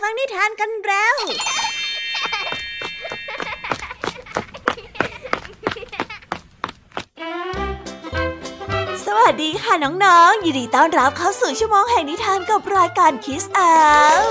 ฟังนิทานกันแล้วสวัสดีค่ะน้องๆยินดีต้อนรับเข้าสู่ชั่วโมงแห่งนิทานกับรายการ Kids Out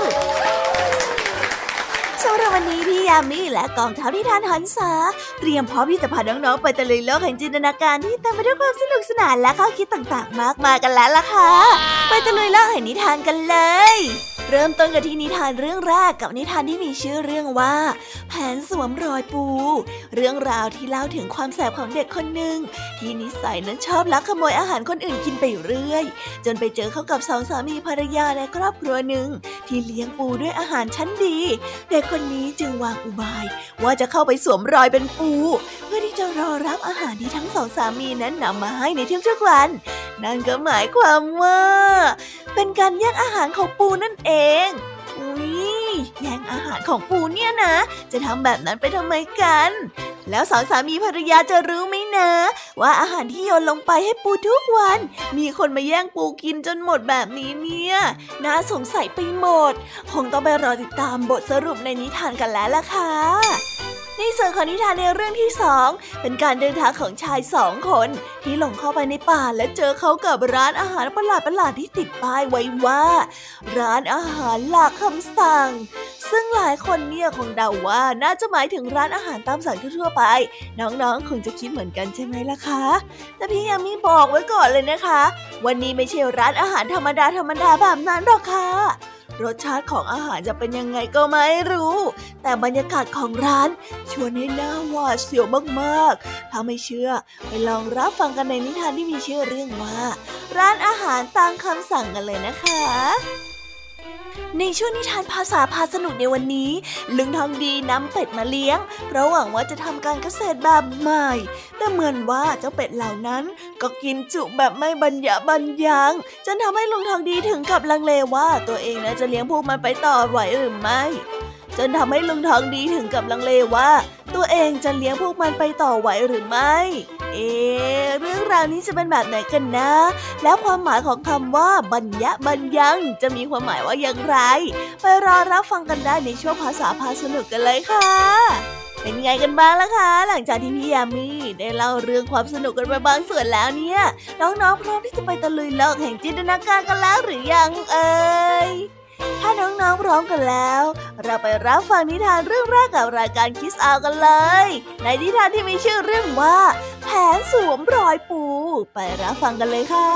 สำหรับวันนี้พี่ยามีและกองทัพนิทานหันษาเตรียมพร้อมที่จะพาน้องๆไปตะลุยโลกแห่งจินตนาการที่เต็มไปด้วยความสนุกสนานและข้อคิดต่างๆมากมายกันแล้วล่ะค่ะไปตะลุยโลกแห่งนิทานกันเลยเริ่มต้นกันที่นิทานเรื่องแรกกับนิทานที่มีชื่อเรื่องว่าแผนสวมรอยปูเรื่องราวที่เล่าถึงความแสบของเด็กคนหนึ่งที่นิสัยนั้นชอบลักขโมยอาหารคนอื่นกินไปเรื่อยจนไปเจอเข้ากับสองสามีภรรยาในครอบครัวหนึ่งที่เลี้ยงปูด้วยอาหารชั้นดีเด็กคนนี้จึงวางอุบายว่าจะเข้าไปสวมรอยเป็นปูเพื่อที่จะรอรับอาหารที่ทั้งสองสามีนั้นนำมาให้ในทุกๆวันนั่นก็หมายความว่าเป็นการแย่งอาหารของปูนั่นเองแย่งอาหารของปูเนี่ยนะจะทำแบบนั้นไปทำไมกันแล้วสองสามีภรรยาจะรู้ไหมนะว่าอาหารที่โยนลงไปให้ปูทุกวันมีคนมาแย่งปูกินจนหมดแบบนี้เนี่ยน่าสงสัยไปหมดคงต้องไปรอติดตามบทสรุปในนิทานกันแล้วล่ะค่ะในส่วนของนิทานในเรื่องที่2เป็นการเดินทางของชาย2คนที่หลงเข้าไปในป่าและเจอเขากับร้านอาหารประหลาดๆที่ติดป้ายไว้ว่าร้านอาหารหลากคำสั่งซึ่งหลายคนเนี่ยคงเดาว่าน่าจะหมายถึงร้านอาหารตามสั่งทั่วไปน้องๆคงจะคิดเหมือนกันใช่ไหมล่ะคะแต่พี่ยามีบอกไว้ก่อนเลยนะคะวันนี้ไม่ใช่ร้านอาหารธรรมดาแบบนั้นหรอกค่ะรสชาติของอาหารจะเป็นยังไงก็ไม่รู้แต่บรรยากาศของร้านชวนให้หน้าหวาดเสียวมากๆถ้าไม่เชื่อไปลองรับฟังกันในนิทานที่มีชื่อเรื่องว่าร้านอาหารตามคำสั่งกันเลยนะคะในช่วงนิทานภาษาพาสนุกในวันนี้ลุงทองดีนำเป็ดมาเลี้ยงเพราะหวังว่าจะทำการเกษตรแบบใหม่แต่เหมือนว่าเจ้าเป็ดเหล่านั้นก็กินจุแบบไม่บรรยะบรรยังจนทำให้ลุงทองดีถึงกับลังเลว่าตัวเองจะเลี้ยงพวกมันไปต่อไหวหรือไม่จนทำให้ลุงทองดีถึงกับลังเลว่าตัวเองจะเลี้ยงพวกมันไปต่อไหวหรือไม่เรื่องราวนี้จะเป็นแบบไหนกันนะแล้วความหมายของคำว่าบรรยะบรรยังจะมีความหมายว่าอย่างไรไปรอรับฟังกันได้ในช่วงภาษาพาสนุกกันเลยค่ะเป็นไงกันบ้างล่ะคะหลังจากที่พี่ยามีได้เล่าเรื่องความสนุกกันไปบางส่วนแล้วเนี่ยน้องๆพร้อมที่จะไปตะลุยโลกแห่งจินตนาการกันแล้วหรือยังถ้าน้องๆพร้อมกันแล้วเราไปรับฟังนิทานเรื่องแรกกับรายการ Kids Out กันเลยในนิทานที่มีชื่อเรื่องว่าแผนสวมรอยปูไปรับฟังกันเลยค่ะ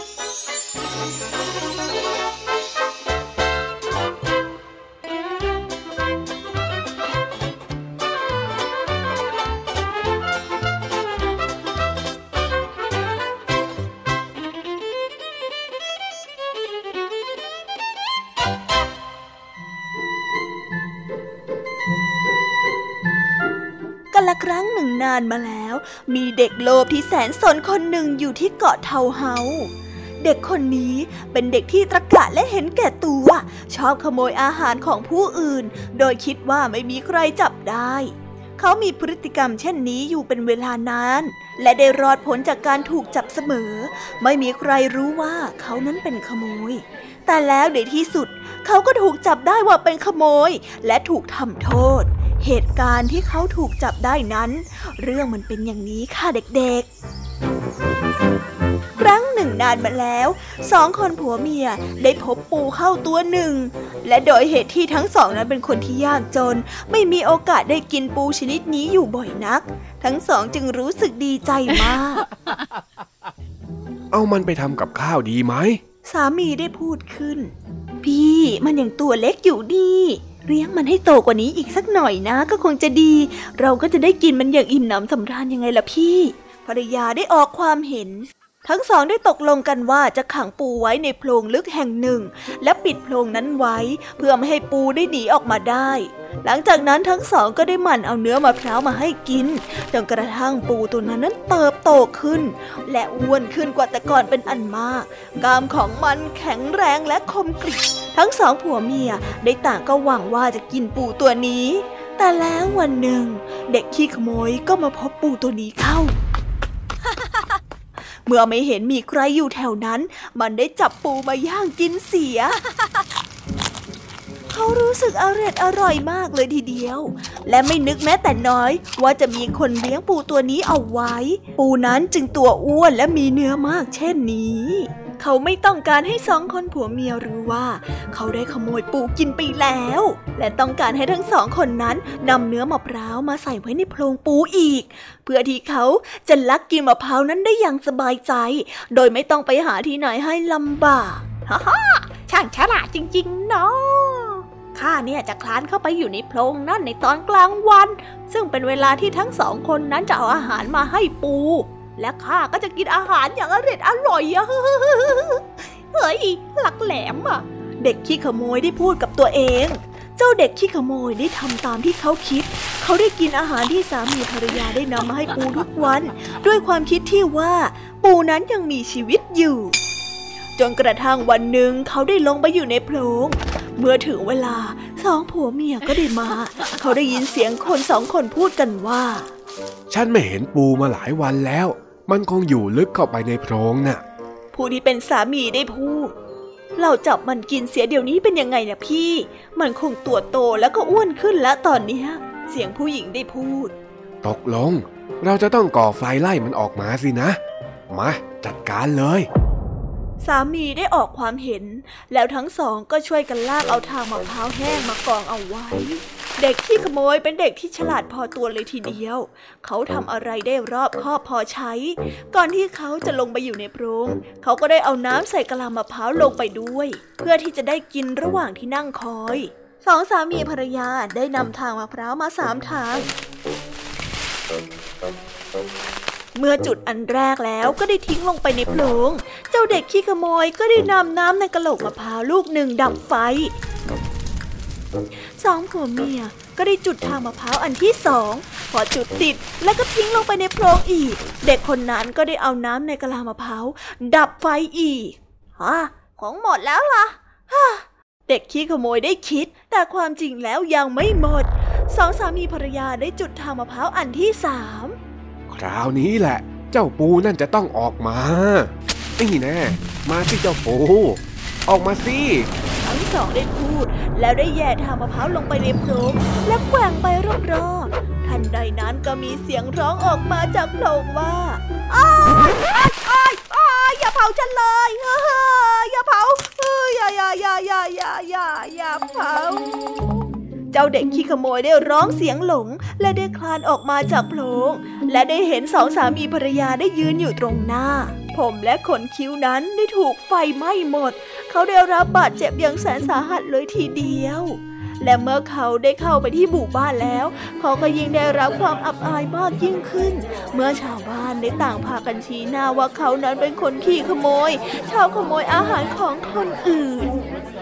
ละครั้งหนึ่งนานมาแล้วมีเด็กโลภที่แสนสนคนหนึ่งอยู่ที่เกาะเทาเฮาเด็กคนนี้เป็นเด็กที่ตระกะและเห็นแก่ตัวชอบขโมยอาหารของผู้อื่นโดยคิดว่าไม่มีใครจับได้เขามีพฤติกรรมเช่นนี้อยู่เป็นเวลานานและได้รอดพ้นจากการถูกจับเสมอไม่มีใครรู้ว่าเขานั้นเป็นขโมยแต่แล้วในที่สุดเขาก็ถูกจับได้ว่าเป็นขโมยและถูกทำโทษเหตุการณ์ที่เขาถูกจับได้นั้นเรื่องมันเป็นอย่างนี้ค่ะเด็กๆครั้งหนึ่งนานมาแล้ว2คนผัวเมียได้พบปูเข้าตัวหนึ่งและโดยเหตุที่ทั้งสองนั้นเป็นคนที่ยากจนไม่มีโอกาสได้กินปูชนิดนี้อยู่บ่อยนักทั้งสองจึงรู้สึกดีใจมากเอามันไปทำกับข้าวดีไหมสามีได้พูดขึ้นพี่มันยังตัวเล็กอยู่ดีเลี้ยงมันให้โตกว่านี้อีกสักหน่อยนะก็คงจะดีเราก็จะได้กินมันอย่างอิ่มหนำสำราญยังไงล่ะพี่ภรรยาได้ออกความเห็นทั้งสองได้ตกลงกันว่าจะขังปูไว้ในโพรงลึกแห่งหนึ่งและปิดโพรงนั้นไว้เพื่อไม่ให้ปูได้หนีออกมาได้หลังจากนั้นทั้งสองก็ได้หมั่นเอาเนื้อมะพร้าวมาให้กินจนกระทั่งปูตัวนั้นเติบโตขึ้นและอ้วนขึ้นกว่าแต่ก่อนเป็นอันมากกรามของมันแข็งแรงและคมกริบทั้งสองผัวเมียได้ต่างก็หวังว่าจะกินปูตัวนี้แต่แล้ววันหนึ่งเด็กขี้ขโมยก็มาพบปูตัวนี้เข้า เมื่อไม่เห็นมีใครอยู่แถวนั้นมันได้จับปูมาย่างกินเสีย ขเขารู้สึกอร่อยมากเลยทีเดียวและไม่นึกแม้แต่น้อยว่าจะมีคนเลี้ยงปูตัวนี้เอาไว้ปูนั้นจึงตัวอ้วนและมีเนื้อมากเช่นนี้เขาไม่ต้องการให้สองคนผัวเมียรู้ว่าเขาได้ขโมยปูกินไปแล้วและต้องการให้ทั้งสองคนนั้นนำเนื้อมะพร้าวมาใส่ไว้ในโพรงปูอีกเพื่อที่เขาจะลักกินมะพร้าวนั้นได้อย่างสบายใจโดยไม่ต้องไปหาที่ไหนให้ลำบากฮ่าฮ่าช่างฉลาดจริงๆเนาะข้าเนี่ยจะคลานเข้าไปอยู่ในโพรงนั่นในตอนกลางวันซึ่งเป็นเวลาที่ทั้งสองคนนั้นจะเอาอาหารมาให้ปูและข้าก็จะกินอาหารอย่างอร่อยอะเฮ้ยหลักแหลมอะเด็กขี้ขโมยได้พูดกับตัวเองเจ้าเด็กขี้ขโมยได้ทำตามที่เขาคิดเขาได้กินอาหารที่สามีภรรยาได้นำมาให้ปูทุกวันด้วยความคิดที่ว่าปูนั้นยังมีชีวิตอยู่จนกระทั่งวันหนึ่งเขาได้ลงไปอยู่ในโพรงเมื่อถึงเวลาสองผัวเมียก็ได้มาเขาได้ยินเสียงคนสองคนพูดกันว่าฉันไม่เห็นปูมาหลายวันแล้วมันคงอยู่ลึกเข้าไปในโพรงน่ะผู้ที่เป็นสามีได้พูดเราจับมันกินเสียเดี๋ยวนี้เป็นยังไงนะพี่มันคงตัวโตแล้วก็อ้วนขึ้นแล้วตอนนี้เสียงผู้หญิงได้พูดตกลงเราจะต้องก่อไฟไล่มันออกมาสินะมาจัดการเลยสามีได้ออกความเห็นแล้วทั้งสองก็ช่วยกันลากเอาทางมะพร้าวแห้งมากองเอาไว้เด็กขี้ขโมยเป็นเด็กที่ฉลาดพอตัวเลยทีเดียวเขาทำอะไรได้รอบคอบพอใช้ก่อนที่เขาจะลงไปอยู่ในโพรงเขาก็ได้เอาน้ำใส่กะลามะพร้าวลงไปด้วยเพื่อที่จะได้กินระหว่างที่นั่งคอยสองสามีภรรยาได้นำทางมะพร้าวมา3 ทางเมื่อจุดอันแรกแล้วก็ได้ทิ้งลงไปในโพรงเจ้าเด็กขี้ขโมยก็ได้นำน้ำในกะโหลกมะพร้าวลูกหนึ่งดับไฟสองผัวเมียก็ได้จุดทางมะพร้าวอันที่2พอจุดติดแล้วก็ทิ้งลงไปในโพรงอีกเด็กคนนั้นก็ได้เอาน้ำในกะลามะพร้าวดับไฟอีกของหมดแล้วล่ะเด็กขี้ขโมยได้คิดแต่ความจริงแล้วยังไม่หมดสองสามีภรรยาได้จุดทางมะพร้าวอันที่3 คราวนี้แหละเจ้าปูนั่นจะต้องออกมานี่แน่มาสิเจ้าปูออกมาสิทั้งสองได้พูดแล้วได้แย่ทางมะพร้าวลงไปในโพรงและแกว่งไปรอบๆทันใดนั้นก็มีเสียงร้องออกมาจากโพรงว่าอย่าเผาฉันเลยอย่าเผาอย่าเผาเจ้าเด็กขี้ขโมยได้ร้องเสียงหลงและได้คลานออกมาจากโพรงและได้เห็นสองสามีภรรยาได้ยืนอยู่ตรงหน้าผมและขนคิ้วนั้นได้ถูกไฟไหม้หมดเขาได้รับบาดเจ็บอย่างแสนสาหัสเลยทีเดียวและเมื่อเขาได้เข้าไปที่หมู่บ้านแล้วเขาก็ยิ่งได้รับความอับอายมากยิ่งขึ้นเมื่อชาวบ้านได้ต่างพากันชี้หน้าว่าเขานั้นเป็นคนขี้ขโมยชอบขโมยอาหารของคนอื่น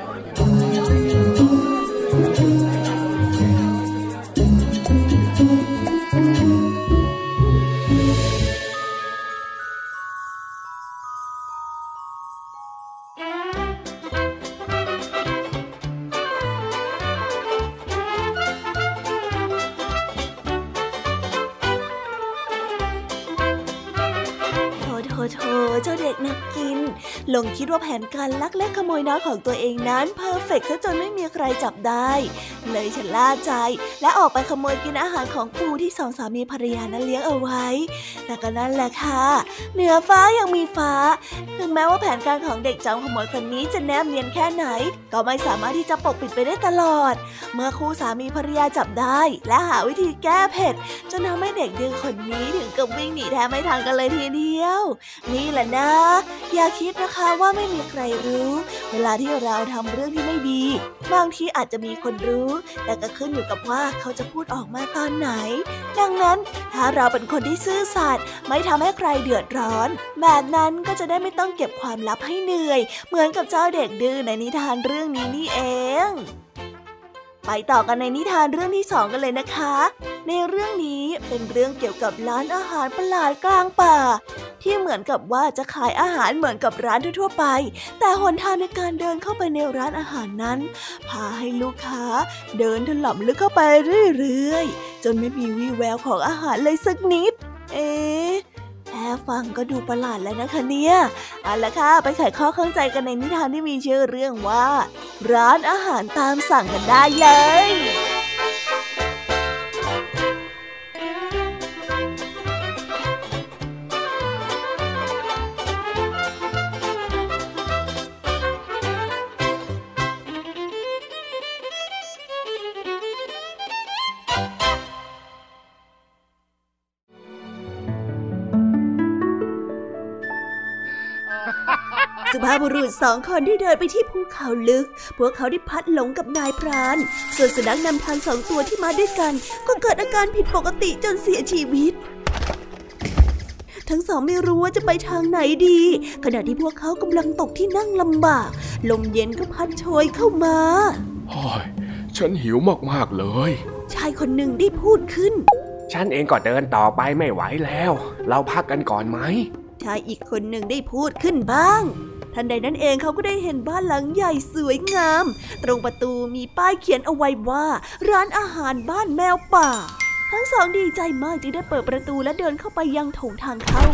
เจ้าเด็กนักกินหลงคิดว่าแผนการลักเล็กขโมยน้อยของตัวเองนั้นเพอร์เฟกต์ซะจนไม่มีใครจับได้เลยชะล่าใจและออกไปขโมยกินอาหารของปูที่สองสามีภรรยานั้นเลี้ยงเอาไว้แต่ก็นั่นแหละค่ะเหนือฟ้ายังมีฟ้าถึงแม้ว่าแผนการของเด็กจอมขโมยคนนี้จะแนบเนียนแค่ไหนก็ไม่สามารถที่จะปกปิดไปได้ตลอดเมื่อคู่สามีภรรยาจับได้และหาวิธีแก้เผ็ดจนทำให้เด็กดื้อคนนี้ถึงกับวิ่งหนีแทบไม่ทันกันเลยทีเดียวนี่แหละนะอย่าคิดนะคะว่าไม่มีใครรู้เวลาที่เราทำเรื่องที่ไม่ดีบางทีอาจจะมีคนรู้แต่ก็ขึ้นอยู่กับว่าเขาจะพูดออกมาตอนไหนดังนั้นถ้าเราเป็นคนที่ซื่อสัตย์ไม่ทำให้ใครเดือดร้อนแบบนั้นก็จะได้ไม่ต้องเก็บความลับให้เหนื่อยเหมือนกับเจ้าเด็กดื้อในนิทานเรื่องนี้นี่เองไปต่อกันในนิทานเรื่องที่2กันเลยนะคะในเรื่องนี้เป็นเรื่องเกี่ยวกับร้านอาหารประหลาดกลางป่าที่เหมือนกับว่าจะขายอาหารเหมือนกับร้านทั่วไปแต่หนทางในการเดินเข้าไปในร้านอาหารนั้นพาให้ลูกค้าเดินถลำลึกเข้าไปเรื่อยๆจนไม่มีวี่แววของอาหารเลยสักนิดแถวฟังก็ดูประหลาดแล้วนะคะเนี่ยเอาละค่ะไปไขข้อข้องใจกันในนิทานที่มีชื่อเรื่องว่าร้านอาหารตามสั่งกันได้เลยสุภาพบุรุษ2 คนที่เดินไปที่ภูเขาลึกพวกเขาได้พลัดหลงกับนายพรานส่วนสุนัขนำทาง2 ตัวที่มาด้วยกันก็เกิดอาการผิดปกติจนเสียชีวิตทั้งสองไม่รู้ว่าจะไปทางไหนดีขณะที่พวกเขากำลังตกที่นั่งลำบากลมเย็นก็พัดโชยเข้ามาโอ้ยฉันหิวมากๆเลยชายคนหนึ่งได้พูดขึ้นฉันเองก็เดินต่อไปไม่ไหวแล้วเราพักกันก่อนไหมชายอีกคนหนึ่งได้พูดขึ้นบ้างทันใดนั้นเองเขาก็ได้เห็นบ้านหลังใหญ่สวยงามตรงประตูมีป้ายเขียนเอาไว้ว่าร้านอาหารบ้านแมวป่าทั้งสองดีใจมากจึงได้เปิดประตูและเดินเข้าไปยังโถงทางเข้า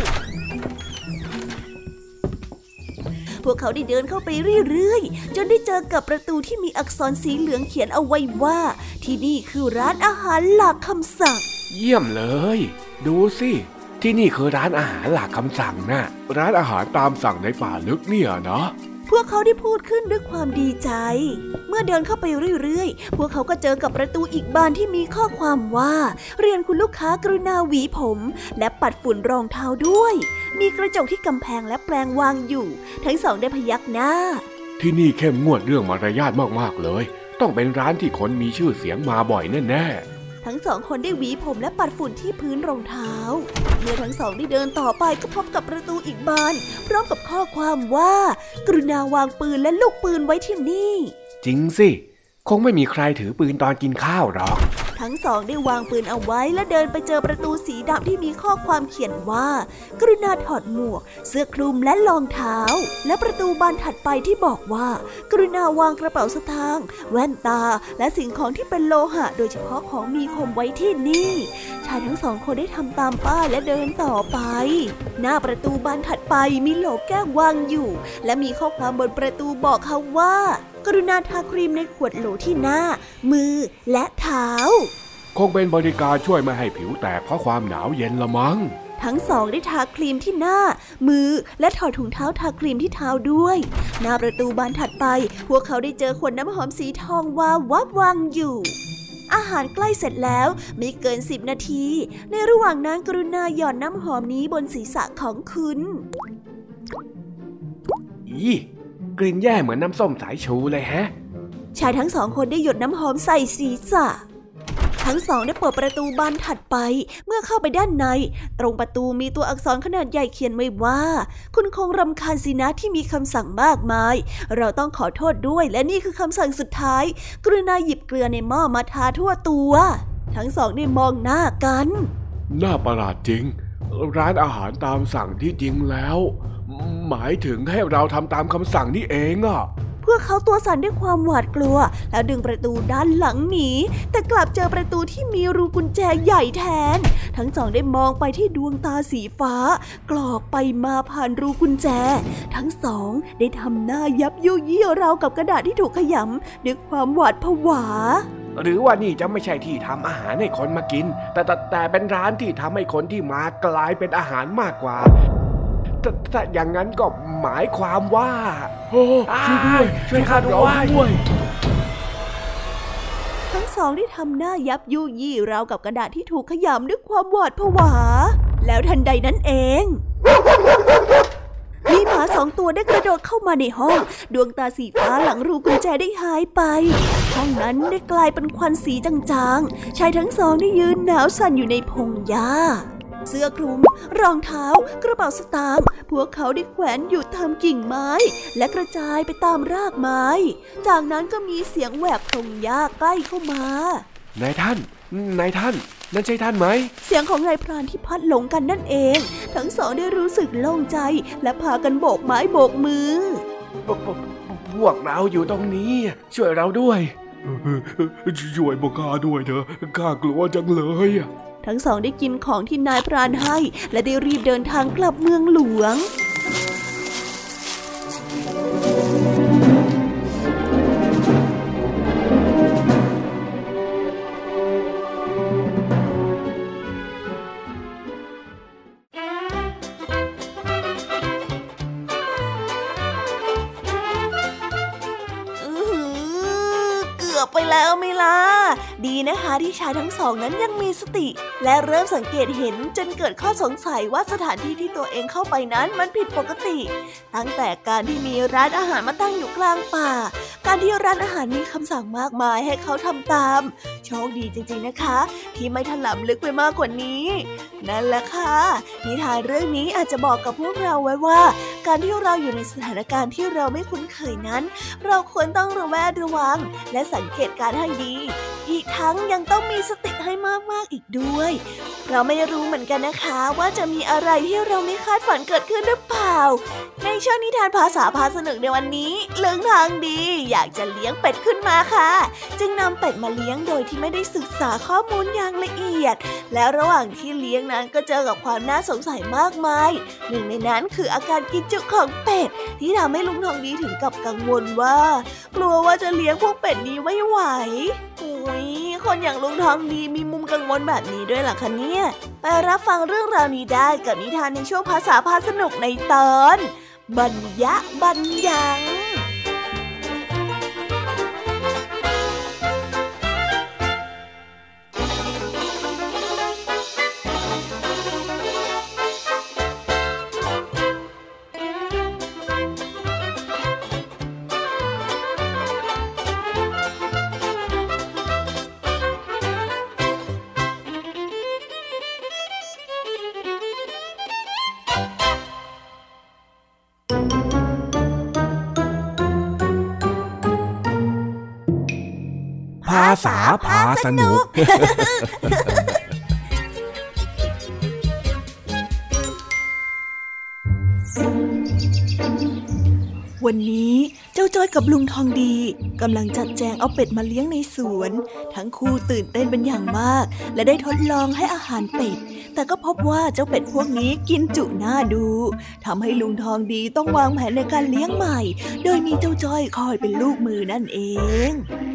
พวกเขาได้เดินเข้าไปเรื่อยๆจนได้เจอกับประตูที่มีอักษรสีเหลืองเขียนเอาไว้ว่าที่นี่คือร้านอาหารหลักคำสั่งเยี่ยมเลยดูสิที่นี่คือร้านอาหารหลักคำสั่งนะร้านอาหารตามสั่งในป่าลึกเนี่ยนะพวกเขาได้พูดขึ้นด้วยความดีใจเมื่อเดินเข้าไปเรื่อยๆพวกเขาก็เจอกับประตูอีกบานที่มีข้อความว่าเรียนคุณลูกค้ากรุณาหวีผมและปัดฝุ่นรองเท้าด้วยมีกระจกที่กำแพงและแปรงวางอยู่ทั้งสองได้พยักหน้าที่นี่เข้มงวดเรื่องมารยาทมากๆเลยต้องเป็นร้านที่คนมีชื่อเสียงมาบ่อยแน่ๆทั้งสองคนได้หวีผมและปัดฝุ่นที่พื้นรองเท้าเมื่อทั้งสองได้เดินต่อไปก็พบกับประตูอีกบานพร้อมกับข้อความว่ากรุณาวางปืนและลูกปืนไว้ที่นี่จริงสิคงไม่มีใครถือปืนตอนกินข้าวหรอกทั้งสองได้วางปืนเอาไว้และเดินไปเจอประตูสีดำที่มีข้อความเขียนว่ากรุณาถอดหมวกเสื้อคลุมและรองเท้าและประตูบานถัดไปที่บอกว่ากรุณาวางกระเป๋าสตางค์แว่นตาและสิ่งของที่เป็นโลหะโดยเฉพาะของมีคมไว้ที่นี่ชายทั้งสองคนได้ทำตามป้ายและเดินต่อไปหน้าประตูบานถัดไปมีโหลแก้ววางอยู่และมีข้อความบนประตูบอกเขาว่ากรุณาทาครีมในขวดโหลที่หน้ามือและเท้าคงเป็นบริการช่วยไม่ให้ผิวแตกเพราะความหนาวเย็นละมั้งทั้งสองได้ทาครีมที่หน้ามือและถอดถุงเท้าทาครีมที่เท้าด้วยหน้าประตูบานถัดไปพวกเขาได้เจอขวดน้ำหอมสีทองวับวางอยู่อาหารใกล้เสร็จแล้วไม่เกิน10 นาทีในระหว่างนั้นกรุณาหย่อนน้ำหอมนี้บนศีรษะของคุณกลิ่นแย่เหมือนน้ำส้มสายชูเลยฮะชายทั้งสองคนได้หยดน้ำหอมใส่ศีรษะทั้งสองได้เปิดประตูบานถัดไปเมื่อเข้าไปด้านในตรงประตูมีตัวอักษรขนาดใหญ่เขียนไว้ว่าคุณคงรำคาญสินะที่มีคำสั่งมากมายเราต้องขอโทษด้วยและนี่คือคำสั่งสุดท้ายกรุณาหยิบเกลือในหม้อมาทาทั่วตัวทั้งสองได้มองหน้ากันน่าประหลาดจริงร้านอาหารตามสั่งที่จริงแล้วหมายถึงให้เราทำตามคำสั่งนี่เองอ่ะพวกเขาตัวสั่นด้วยความหวาดกลัวแล้วดึงประตูด้านหลังหนีแต่กลับเจอประตูที่มีรูกุญแจใหญ่แทนทั้งสองได้มองไปที่ดวงตาสีฟ้ากรอกไปมาผ่านรูกุญแจทั้งสองได้ทำหน้ายับยุยี่ราวกับกระดาษที่ถูกขยำด้วยความหวาดผวาหรือว่านี่จะไม่ใช่ที่ทำอาหารให้คนมากินแต่เป็นร้านที่ทำให้คนที่มากลายเป็นอาหารมากกว่าแต่อย่างนั้นก็หมายความว่าช่วยข้าด้วยทั้งสองได้ทำหน้ายับยุยี่ราวกับกระดาษที่ถูกขยำด้วยความหวาดผวาแล้วทันใดนั้นเองมีหมา2 ตัวได้กระโดดเข้ามาในห้องดวงตาสีฟ้าหลังรูกุญแจได้หายไปห้องนั้นได้กลายเป็นควันสีจางๆชายทั้งสองได้ยืนหนาวสั่นอยู่ในพงหญ้าเสื้อคลุมรองเท้ากระเป๋าสตางค์พวกเขาได้แขวนอยู่ตามกิ่งไม้และกระจายไปตามรากไม้จากนั้นก็มีเสียงแหวกพงหญ้าใกล้เข้ามานายท่านนั่นใช่ท่านไหมเสียงของนายพรานที่พัดหลงกันนั่นเองทั้งสองได้รู้สึกโล่งใจและพากันโบกไม้โบกมือพวกเราอยู่ตรงนี้ช่วยเราด้วยช่วยพวกข้าด้วยเถอะข้ากลัวจังเลยทั้งสองได้กินของที่นายพรานให้และได้รีบเดินทางกลับเมืองหลวงไปแล้วไม่ล่ะดีนะคะที่ชายทั้งสองนั้นยังมีสติและเริ่มสังเกตเห็นจนเกิดข้อสงสัยว่าสถานที่ที่ตัวเองเข้าไปนั้นมันผิดปกติตั้งแต่การที่มีร้านอาหารมาตั้งอยู่กลางป่าการที่ร้านอาหารมีคำสั่งมากมายให้เขาทำตามโชคดีจริงๆนะคะที่ไม่ถลำลึกไปมากกว่านี้นั่นแหละค่ะนิทานเรื่องนี้อาจจะบอกกับพวกเราไว้ว่าการที่เราอยู่ในสถานการณ์ที่เราไม่คุ้นเคยนั้นเราควรต้องระแวดระวังและสังเกตการให้ดีอีกทั้งยังต้องมีสติให้มากๆอีกด้วยเราไม่รู้เหมือนกันนะคะว่าจะมีอะไรที่เราไม่คาดฝันเกิดขึ้นหรือเปล่าในช่วงนิทานภาษาพาสนุกในวันนี้เรื่องทางดีอยากจะเลี้ยงเป็ดขึ้นมาค่ะจึงนำเป็ดมาเลี้ยงโดยที่ไม่ได้ศึกษาข้อมูลอย่างละเอียดและระหว่างที่เลี้ยงนั้นก็เจอกับความน่าสงสัยมากมายหนึ่งในนั้นคืออาการกินจุของเป็ดที่ทำให้ลุงทองดีถึงกับกังวลว่ากลัวว่าจะเลี้ยงพวกเป็ดนี้ไม่ไหวคนอย่างลุงทองดีมีมุมกังวลแบบนี้ด้วยเหรอคะเนี่ยไปรับฟังเรื่องราวนี้ได้กับนิทานในช่วงภาษาพาสนุกในตอนบัญญะบัญญังภาษาพาสนุกวันนี้เจ้าจ้อยกับลุงทองดีกำลังจัดแจงเอาเป็ดมาเลี้ยงในสวนทั้งคู่ตื่นเต้นเป็นอย่างมากและได้ทดลองให้อาหารเป็ดแต่ก็พบว่าเจ้าเป็ดพวกนี้กินจุน่าดูทำให้ลุงทองดีต้องวางแผนในการเลี้ยงใหม่โดยมีเจ้าจ้อยคอยเป็นลูกมือนั่นเอง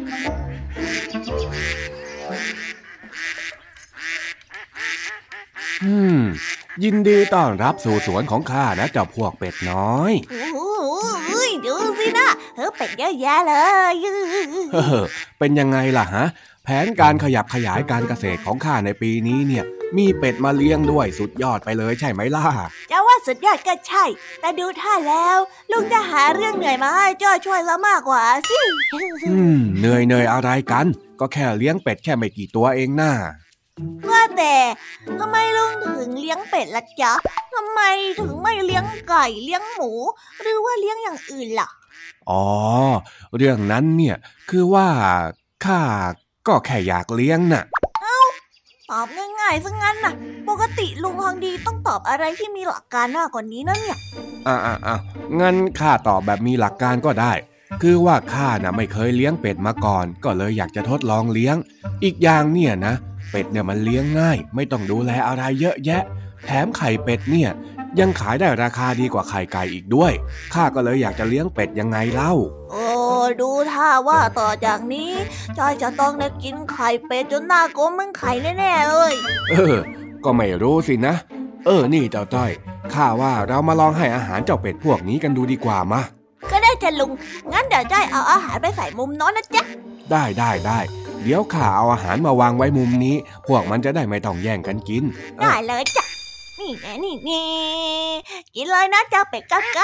ยินดีต้อนรับสู่สวนของข้านะเจ้าพวกเป็ดน้อยดูสินะเป็ดเยอะแยะเลยเป็นยังไงล่ะฮะแผนการขยับขยายการเกษตรของข้าในปีนี้เนี่ยมีเป็ดมาเลี้ยงด้วยสุดยอดไปเลยใช่ไหมล่ะจะว่าสุดยอดก็ใช่แต่ดูท่าแล้วลุงจะหาเรื่องเหนื่อยมาให้จ้อยช่วยเรามากกว่าสิเหนื่อยอะไรกันก็แค่เลี้ยงเป็ดแค่ไม่กี่ตัวเองน่าว่าแต่ทำไมลุงถึงเลี้ยงเป็ดล่ะจ๊ะทำไมถึงไม่เลี้ยงไก่เลี้ยงหมูหรือว่าเลี้ยงอย่างอื่นล่ะอ๋อเรื่องนั้นเนี่ยคือว่าข้าก็แค่อยากเลี้ยงน่ะตอบง่ายๆซะงั้นน่ะปกติลุงทองดีต้องตอบอะไรที่มีหลักการมากกว่านี้นะเนี่ยงั้นข้าตอบแบบมีหลักการก็ได้คือว่าข้าน่ะไม่เคยเลี้ยงเป็ดมาก่อนก็เลยอยากจะทดลองเลี้ยงอีกอย่างเนี่ยนะเป็ดเนี่ยมันเลี้ยงง่ายไม่ต้องดูแลอะไรเยอะแยะแถมไข่เป็ดเนี่ยยังขายได้ราคาดีกว่าไข่ไก่อีกด้วยข้าก็เลยอยากจะเลี้ยงเป็ดยังไงเล่าโอ้ดูท่าว่าต่อจากนี้จอยจะต้องได้กินไข่เป็ดจนหน้ากลมเหมือนไข่แน่ๆเลยก็ไม่รู้สินะนี่เจ้าจ้อยข้าว่าเรามาลองให้อาหารเจ้าเป็ดพวกนี้กันดูดีกว่ามาก็ได้จ้ะลุงงั้นเดี๋ยวจ้อยเอาอาหารไปใส่มุมโน้นนะจ๊ะได้เดี๋ยวข้าเอาอาหารมาวางไว้มุมนี้พวกมันจะได้ไม่ต้องแย่งกันกินได้เลยจ้ะนี่แน่นี่กินเลยนะเจ้าเป็ดก้าก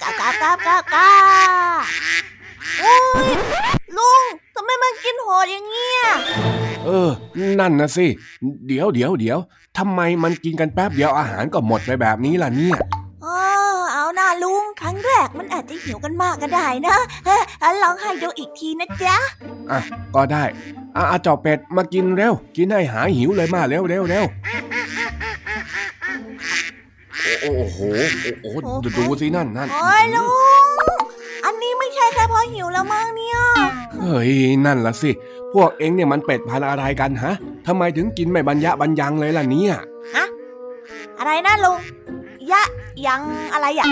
โอ้ยลุงทำไมมันกินโหดอย่างเงี้ยนั่นนะสิเดี๋ยวทำไมมันกินกันแป๊บเดียวอาหารก็หมดไปแบบนี้ล่ะเนี่ยเอาหน้าลุงครั้งแรกมันอาจจะหิวกันมากก็ได้นะลองให้ดูอีกทีนะจ๊ะก็ได้เจ้าเป็ดมากินเร็วกินให้หายหิวเลยมาเร็วโอ้โหดูสินั่นโอ้ยลุงอันนี้ไม่ใช่แค่พอหิวแล้วมั้งเนี่ยเฮ้ยนั่นล่ะสิพวกเอ็งเนี่ยมันเป็ดพันธุ์อะไรกันฮะทำไมถึงกินไม่บรรยะบรรยังเลยล่ะเนี่ยฮะอะไรนะลุงยะยังอะไรอ่ะ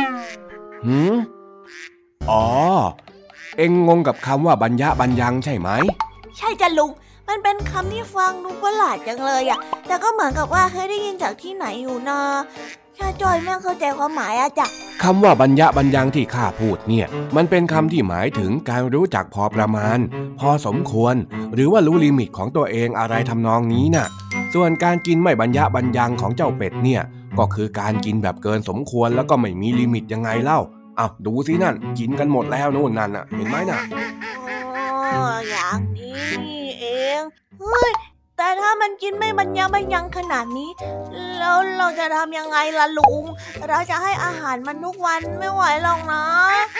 อ๋อเอ็งงงกับคำว่าบรรยะบรรยังใช่ไหมใช่จ้ะลุงมันเป็นคำที่ฟังดูประหลาดจังเลยอ่ะแต่ก็เหมือนกับว่าเคยได้ยินจากที่ไหนอยู่นะแค่จอยไม่เข้าใจความหมายอะจ้ะคำว่าบรรยะบรรยังที่ข้าพูดเนี่ยมันเป็นคำที่หมายถึงการรู้จักพอประมาณพอสมควรหรือว่ารู้ลิมิตของตัวเองอะไรทำนองนี้น่ะส่วนการกินไม่บรรยะบรรยังของเจ้าเป็ดเนี่ยก็คือการกินแบบเกินสมควรแล้วก็ไม่มีลิมิตยังไงเล่าอ้าวดูสินั่นกินกันหมดแล้วนู่นนั่นน่ะเห็นไหมน่ะอย่างนี้เองเฮ้ยแต่ถ้ามันกินไม่บรรยะบรรยังขนาดนี้แล้วเราจะทำยังไงล่ะลุงเราจะให้อาหารมันทุกวันไม่ไหวหรอกนะ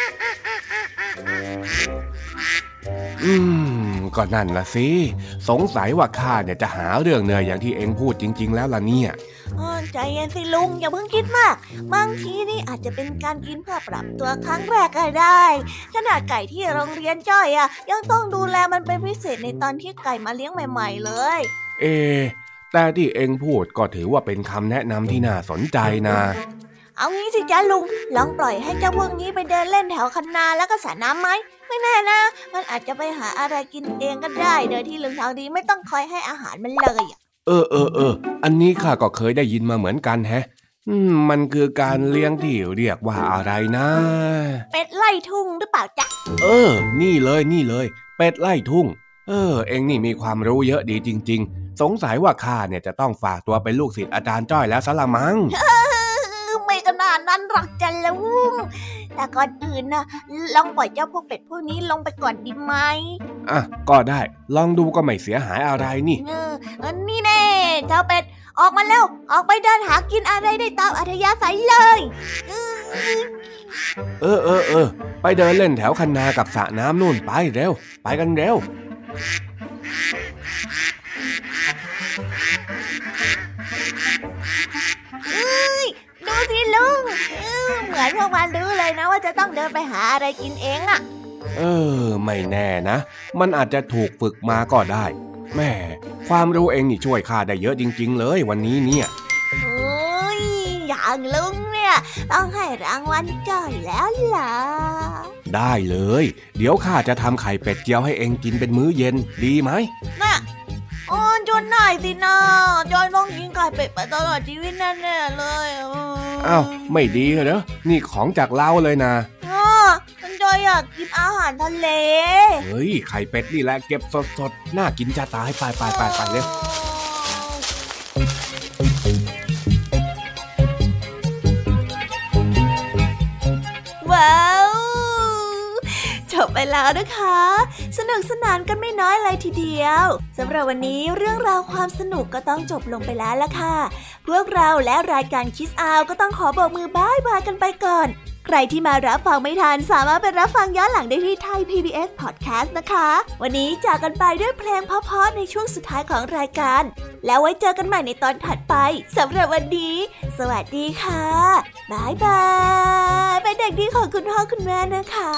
ก็นั่นล่ะสิสงสัยว่าข้าเนี่ยจะหาเรื่องเหนื่อยอย่างที่เอ็งพูดจริงๆแล้วล่ะเนี่ยใจเย็นสิลุงอย่าเพิ่งคิดมากบางทีนี่อาจจะเป็นการกินเพื่อปรับตัวครั้งแรกก็ได้ขนาดไก่ที่โรงเรียนจ้อยยังต้องดูแลมันเป็นพิเศษในตอนที่ไก่มาเลี้ยงใหม่ๆเลยแต่ที่เอ็งพูดก็ถือว่าเป็นคำแนะนำที่น่าสนใจนะเอางี้สิจ้าลุงลองปล่อยให้เจ้าพวกนี้ไปเดินเล่นแถวคันนาแล้วก็สระน้ำไหมไม่แน่นะมันอาจจะไปหาอะไรกินเองก็ได้โดยที่ลุงทองดีไม่ต้องคอยให้อาหารมันเลยอันนี้ข้าก็เคยได้ยินมาเหมือนกันแฮะมันคือการเลี้ยงที่เรียกว่าอะไรนะเป็ดไล่ทุ่งหรือเปล่าจ๊ะนี่เลยเป็ดไล่ทุ่งเอ็งนี่มีความรู้เยอะดีจริงๆสงสัยว่าข้าเนี่ยจะต้องฝากตัวเป็นลูกศิษย์อาจารย์จ้อยแล้วซะละมั้งไม่ขนาดนั้นหรอกจ้ะลุงแต่ก่อนอื่นนะลองปล่อยเจ้าพวกเป็ดพวกนี้ลงไปก่อนดีไหมก็ได้ลองดูก็ไม่เสียหายอะไรนี่นี่แน่เจ้าเป็ดออกมาเร็วออกไปเดินหากินอะไรได้ตามอัธยาศัยเลยไปเดินเล่นแถวคันนากับสระน้ำนู่นไปเร็วไปกันเร็วดูสิลุงเหมือนพวกมันรู้เลยนะว่าจะต้องเดินไปหาอะไรกินเองไม่แน่นะมันอาจจะถูกฝึกมาก็ได้แม่ความรู้เองนี่ช่วยข้าได้เยอะจริงๆเลยวันนี้เนี่ยอย่างลุงเนี่ยต้องให้รางวัลจ่อยแล้วล่ะได้เลยเดี๋ยวข้าจะทำไข่เป็ดเจียวให้เองกินเป็นมื้อเย็นดีไหมน่ะจนหน่อยสินะจอยต้องกินไข่เป็ดไปตลอดชีวิตแน่ๆเลยอ้าวไม่ดีเหรอนี่ของจากเล้าเลยนะจอยอยากกินอาหารทะเลเฮ้ยไข่เป็ดนี่แหละเก็บสดๆน่ากินจะตายไปเร็วว้าวจบไปแล้วนะคะสนุกสนานกันไม่น้อยเลยทีเดียวสำหรับวันนี้เรื่องราวความสนุกก็ต้องจบลงไปแล้วล่ะค่ะพวกเราและรายการ Kids Out ก็ต้องขอบอกมือบ๊ายบายกันไปก่อนใครที่มารับฟังไม่ทันสามารถไปรับฟังย้อนหลังได้ที่ Thai PBS Podcast นะคะวันนี้จากกันไปด้วยเพลงเพราะๆในช่วงสุดท้ายของรายการแล้วไว้เจอกันใหม่ในตอนถัดไปสำหรับวันนี้สวัสดีค่ะบ๊ายบายเป็นเด็กดีของคุณพ่อคุณแม่นะคะ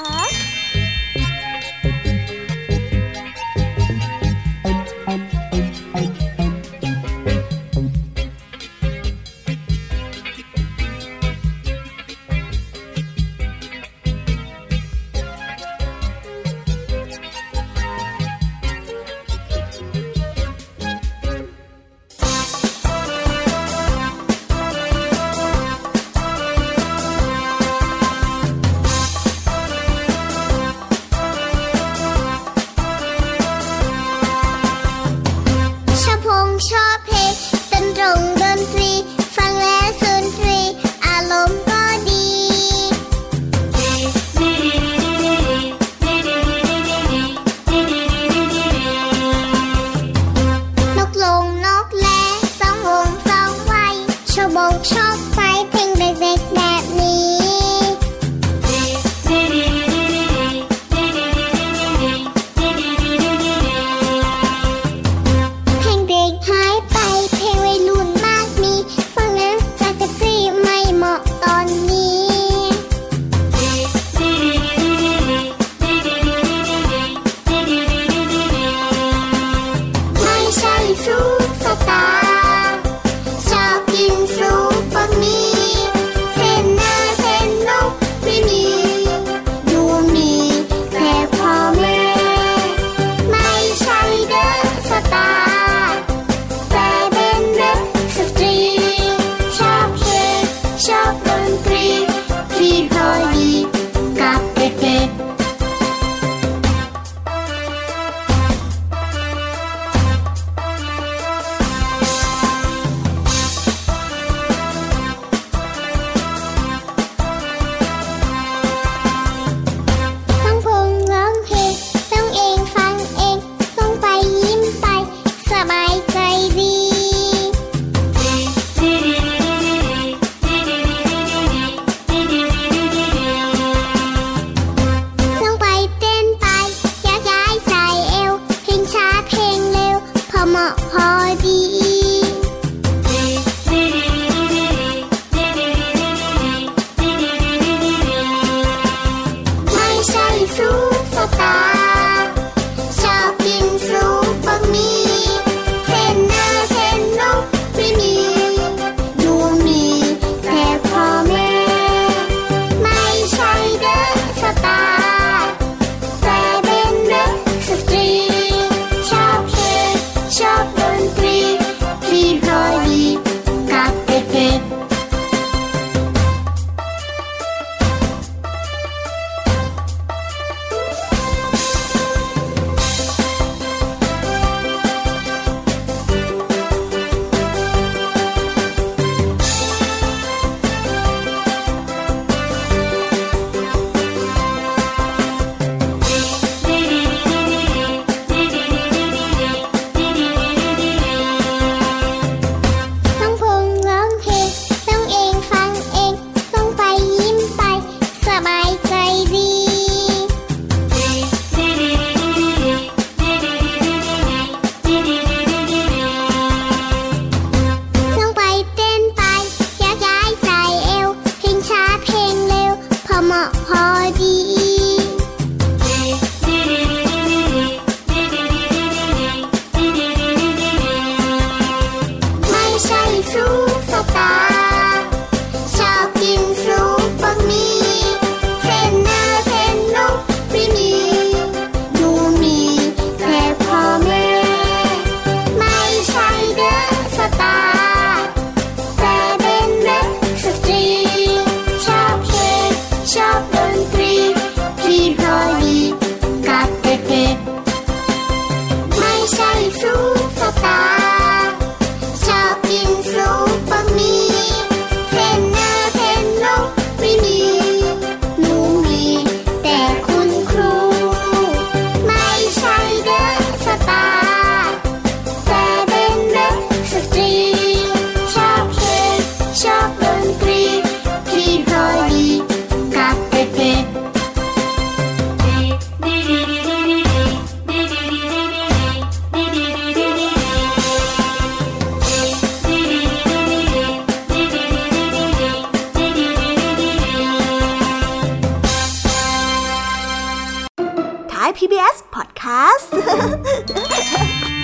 PBS Podcast